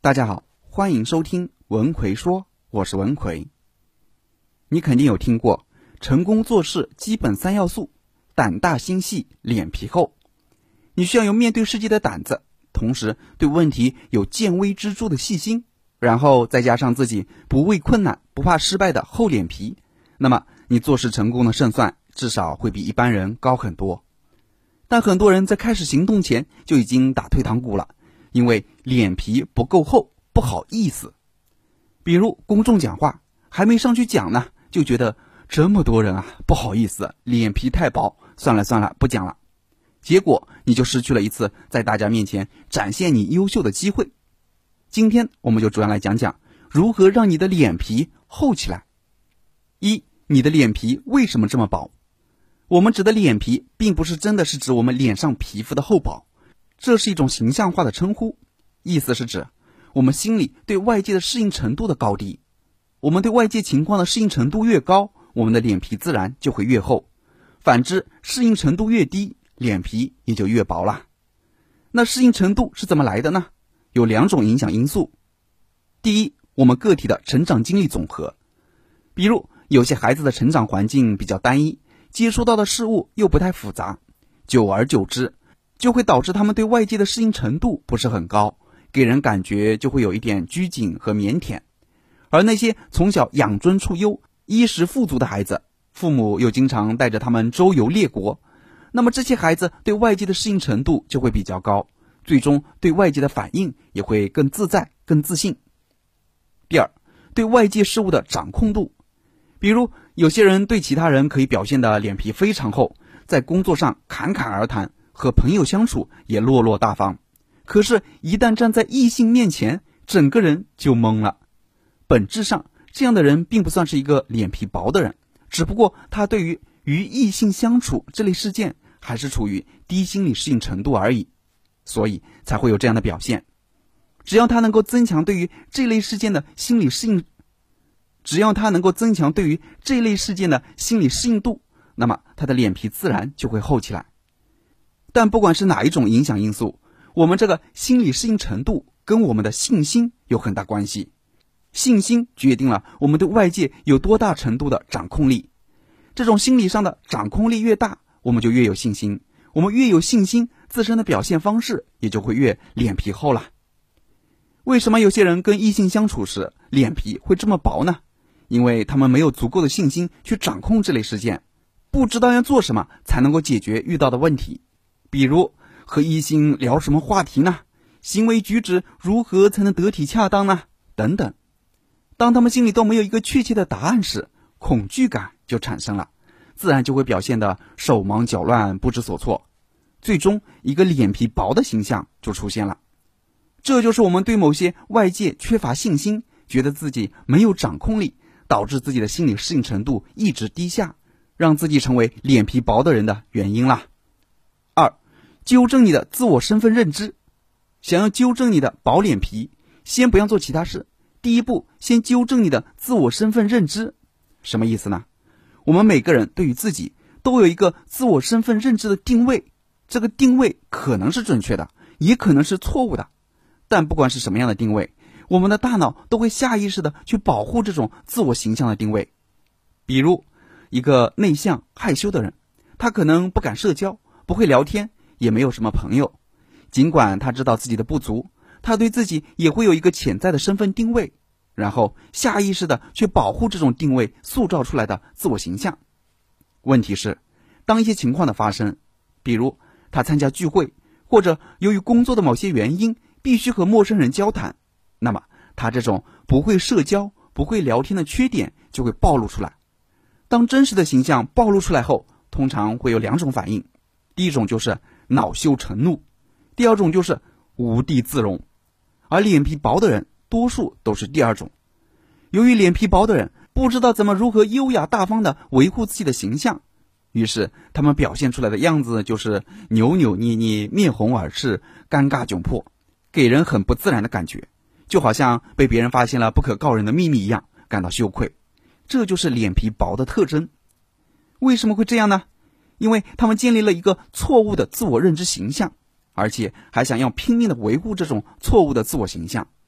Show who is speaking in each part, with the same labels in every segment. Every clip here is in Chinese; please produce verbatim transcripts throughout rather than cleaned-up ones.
Speaker 1: 大家好，欢迎收听文奎说，我是文奎。你肯定有听过成功做事基本三要素：胆大心细，脸皮厚。你需要有面对世界的胆子，同时对问题有见微知著的细心，然后再加上自己不畏困难、不怕失败的厚脸皮，那么你做事成功的胜算至少会比一般人高很多。但很多人在开始行动前就已经打退堂鼓了，因为脸皮不够厚，不好意思。比如公众讲话，还没上去讲呢，就觉得这么多人啊，不好意思，脸皮太薄，算了算了，不讲了。结果你就失去了一次在大家面前展现你优秀的机会。今天我们就主要来讲讲如何让你的脸皮厚起来。一，你的脸皮为什么这么薄？我们指的脸皮并不是真的是指我们脸上皮肤的厚薄，这是一种形象化的称呼，意思是指我们心里对外界的适应程度的高低。我们对外界情况的适应程度越高，我们的脸皮自然就会越厚，反之适应程度越低，脸皮也就越薄了。那适应程度是怎么来的呢？有两种影响因素。第一，我们个体的成长经历总和。比如有些孩子的成长环境比较单一，接触到的事物又不太复杂，久而久之就会导致他们对外界的适应程度不是很高，给人感觉就会有一点拘谨和腼腆。而那些从小养尊处优、衣食富足的孩子，父母又经常带着他们周游列国，那么这些孩子对外界的适应程度就会比较高，最终对外界的反应也会更自在、更自信。第二，对外界事物的掌控度。比如有些人对其他人可以表现的脸皮非常厚，在工作上侃侃而谈，和朋友相处也落落大方，可是一旦站在异性面前，整个人就懵了。本质上这样的人并不算是一个脸皮薄的人，只不过他对于与异性相处这类事件还是处于低心理适应程度而已，所以才会有这样的表现。只要他能够增强对于这类事件的心理适应只要他能够增强对于这类事件的心理适应度，那么他的脸皮自然就会厚起来。但不管是哪一种影响因素，我们这个心理适应程度跟我们的信心有很大关系。信心决定了我们对外界有多大程度的掌控力。这种心理上的掌控力越大，我们就越有信心。我们越有信心，自身的表现方式也就会越脸皮厚了。为什么有些人跟异性相处时脸皮会这么薄呢？因为他们没有足够的信心去掌控这类事件，不知道要做什么才能够解决遇到的问题。比如和异性聊什么话题呢？行为举止如何才能得体恰当呢？等等。当他们心里都没有一个确切的答案时，恐惧感就产生了，自然就会表现得手忙脚乱、不知所措，最终一个脸皮薄的形象就出现了。这就是我们对某些外界缺乏信心，觉得自己没有掌控力，导致自己的心理适应程度一直低下，让自己成为脸皮薄的人的原因啦。二，纠正你的自我身份认知。想要纠正你的薄脸皮，先不要做其他事，第一步先纠正你的自我身份认知。什么意思呢？我们每个人对于自己都有一个自我身份认知的定位，这个定位可能是准确的，也可能是错误的，但不管是什么样的定位，我们的大脑都会下意识的去保护这种自我形象的定位。比如一个内向害羞的人，他可能不敢社交，不会聊天，也没有什么朋友，尽管他知道自己的不足，他对自己也会有一个潜在的身份定位，然后下意识的去保护这种定位塑造出来的自我形象。问题是，当一些情况的发生，比如他参加聚会，或者由于工作的某些原因必须和陌生人交谈，那么他这种不会社交、不会聊天的缺点就会暴露出来。当真实的形象暴露出来后，通常会有两种反应，第一种就是恼羞成怒，第二种就是无地自容。而脸皮薄的人多数都是第二种。由于脸皮薄的人不知道怎么如何优雅大方地维护自己的形象，于是他们表现出来的样子就是扭扭捏捏、面红耳赤、尴尬窘迫，给人很不自然的感觉，就好像被别人发现了不可告人的秘密一样，感到羞愧。这就是脸皮薄的特征。为什么会这样呢？因为他们建立了一个错误的自我认知形象，而且还想要拼命地维护这种错误的自我形象。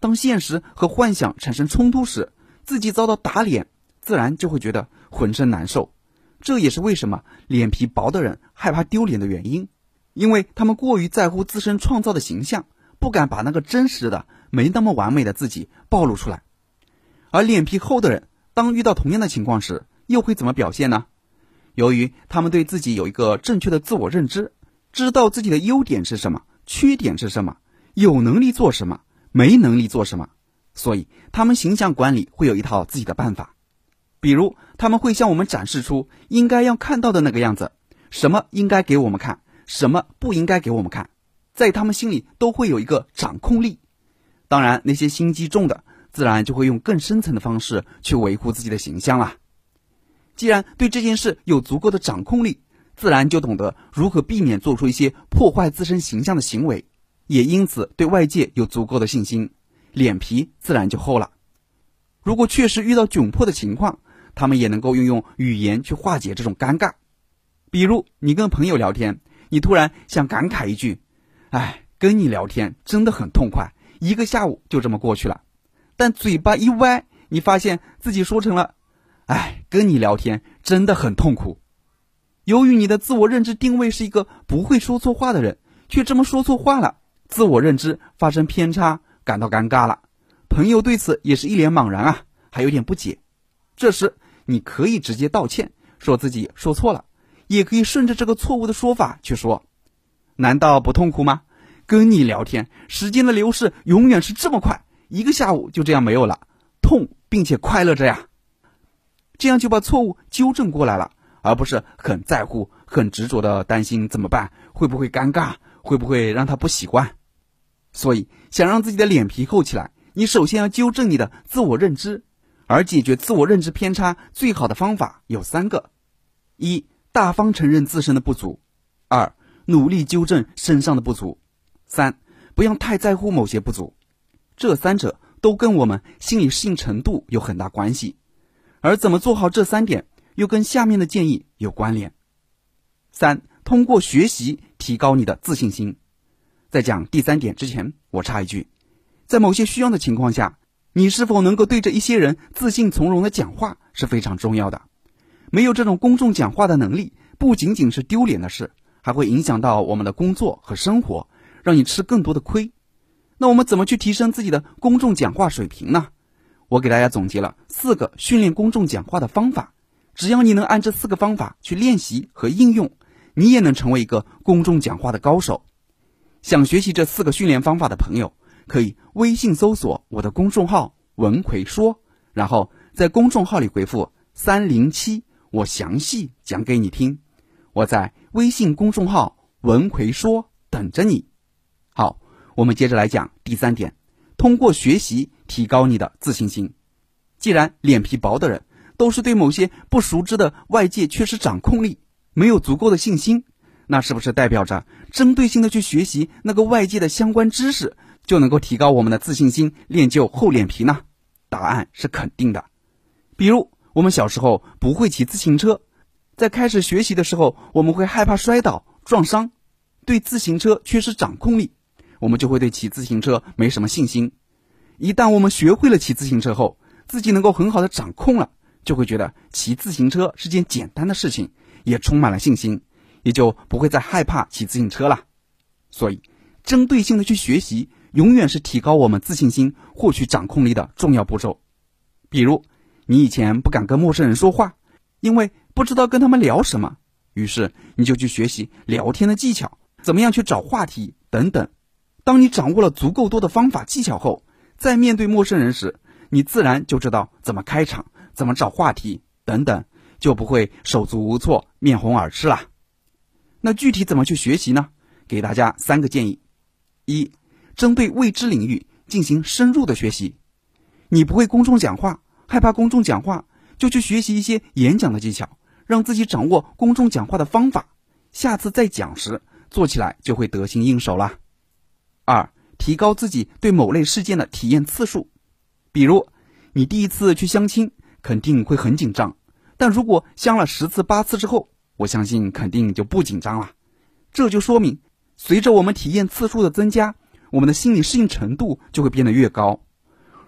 Speaker 1: 当现实和幻想产生冲突时，自己遭到打脸，自然就会觉得浑身难受。这也是为什么脸皮薄的人害怕丢脸的原因，因为他们过于在乎自身创造的形象，不敢把那个真实的没那么完美的自己暴露出来。而脸皮厚的人当遇到同样的情况时，又会怎么表现呢？由于他们对自己有一个正确的自我认知，知道自己的优点是什么，缺点是什么，有能力做什么，没能力做什么，所以他们形象管理会有一套自己的办法。比如他们会向我们展示出应该要看到的那个样子，什么应该给我们看，什么不应该给我们看，在他们心里都会有一个掌控力。当然那些心机重的自然就会用更深层的方式去维护自己的形象啦。既然对这件事有足够的掌控力，自然就懂得如何避免做出一些破坏自身形象的行为，也因此对外界有足够的信心，脸皮自然就厚了。如果确实遇到窘迫的情况，他们也能够运用语言去化解这种尴尬。比如你跟朋友聊天，你突然想感慨一句，哎，跟你聊天真的很痛快，一个下午就这么过去了。但嘴巴一歪，你发现自己说成了，哎，跟你聊天真的很痛苦。由于你的自我认知定位是一个不会说错话的人，却这么说错话了，自我认知发生偏差，感到尴尬了。朋友对此也是一脸茫然啊，还有点不解。这时你可以直接道歉，说自己说错了，也可以顺着这个错误的说法去说，难道不痛苦吗？跟你聊天，时间的流逝永远是这么快，一个下午就这样没有了，痛并且快乐着呀。这样就把错误纠正过来了，而不是很在乎很执着的担心怎么办，会不会尴尬，会不会让他不习惯。所以想让自己的脸皮厚起来，你首先要纠正你的自我认知，而解决自我认知偏差最好的方法有三个：一、大方承认自身的不足；二、努力纠正身上的不足；三、不要太在乎某些不足。这三者都跟我们心理适应程度有很大关系，而怎么做好这三点又跟下面的建议有关联。三、通过学习提高你的自信心。在讲第三点之前，我插一句，在某些需要的情况下，你是否能够对着一些人自信从容的讲话是非常重要的。没有这种公众讲话的能力，不仅仅是丢脸的事，还会影响到我们的工作和生活，让你吃更多的亏。那我们怎么去提升自己的公众讲话水平呢？我给大家总结了四个训练公众讲话的方法，只要你能按这四个方法去练习和应用，你也能成为一个公众讲话的高手。想学习这四个训练方法的朋友，可以微信搜索我的公众号文奎说，然后在公众号里回复三零七，我详细讲给你听。我在微信公众号文奎说等着你。好，我们接着来讲第三点，通过学习提高你的自信心。既然脸皮薄的人都是对某些不熟知的外界缺失掌控力，没有足够的信心，那是不是代表着针对性的去学习那个外界的相关知识，就能够提高我们的自信心，练就厚脸皮呢？答案是肯定的。比如我们小时候不会骑自行车，在开始学习的时候，我们会害怕摔倒撞伤，对自行车缺失掌控力，我们就会对骑自行车没什么信心。一旦我们学会了骑自行车后，自己能够很好的掌控了，就会觉得骑自行车是件简单的事情，也充满了信心，也就不会再害怕骑自行车了。所以针对性的去学习永远是提高我们自信心、获取掌控力的重要步骤。比如你以前不敢跟陌生人说话，因为不知道跟他们聊什么，于是你就去学习聊天的技巧，怎么样去找话题等等。当你掌握了足够多的方法技巧后，在面对陌生人时，你自然就知道怎么开场，怎么找话题等等，就不会手足无措、面红耳赤了。那具体怎么去学习呢？给大家三个建议。一、针对未知领域进行深入的学习。你不会公众讲话，害怕公众讲话，就去学习一些演讲的技巧，让自己掌握公众讲话的方法，下次再讲时做起来就会得心应手了。二、提高自己对某类事件的体验次数。比如你第一次去相亲肯定会很紧张，但如果相了十次八次之后，我相信肯定就不紧张了。这就说明随着我们体验次数的增加，我们的心理适应程度就会变得越高，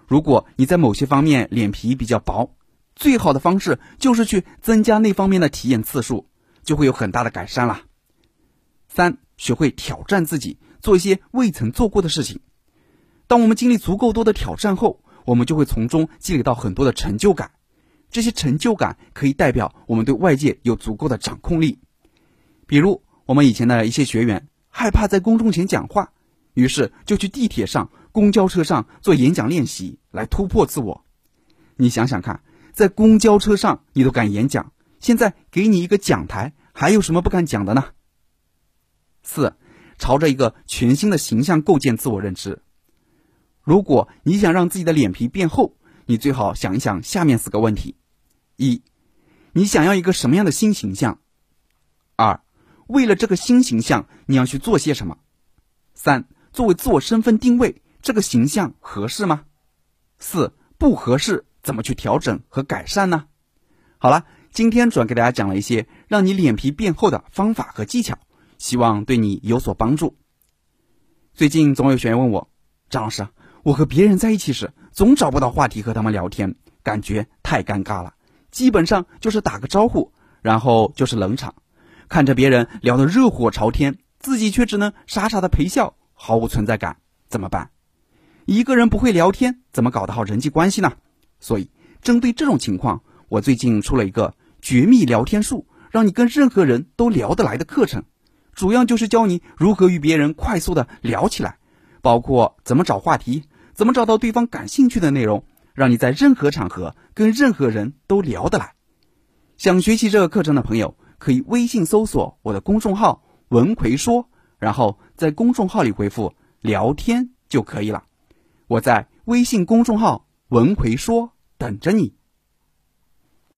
Speaker 1: 如果你在某些方面脸皮比较薄，最好的方式就是去增加那方面的体验次数，就会有很大的改善了。三，学会挑战自己，做一些未曾做过的事情。当我们经历足够多的挑战后，我们就会从中积累到很多的成就感。这些成就感可以代表我们对外界有足够的掌控力。比如我们以前的一些学员害怕在公众前讲话，于是就去地铁上、公交车上做演讲练习来突破自我。你想想看，在公交车上你都敢演讲，现在给你一个讲台，还有什么不敢讲的呢？四，朝着一个全新的形象构建自我认知。如果你想让自己的脸皮变厚，你最好想一想下面四个问题：一，你想要一个什么样的新形象？二，为了这个新形象，你要去做些什么？三，作为自我身份定位，这个形象合适吗？四，不合适，怎么去调整和改善呢？好了，今天主要给大家讲了一些让你脸皮变厚的方法和技巧，希望对你有所帮助。最近总有学员问我，张老师，我和别人在一起时总找不到话题和他们聊天，感觉太尴尬了，基本上就是打个招呼，然后就是冷场，看着别人聊得热火朝天，自己却只能傻傻的陪笑，毫无存在感，怎么办？一个人不会聊天，怎么搞得好人际关系呢？所以针对这种情况，我最近出了一个绝密聊天术，让你跟任何人都聊得来的课程，主要就是教你如何与别人快速的聊起来，包括怎么找话题，怎么找到对方感兴趣的内容，让你在任何场合跟任何人都聊得来。想学习这个课程的朋友，可以微信搜索我的公众号文奎说，然后在公众号里回复聊天就可以了。我在微信公众号文奎说等着你。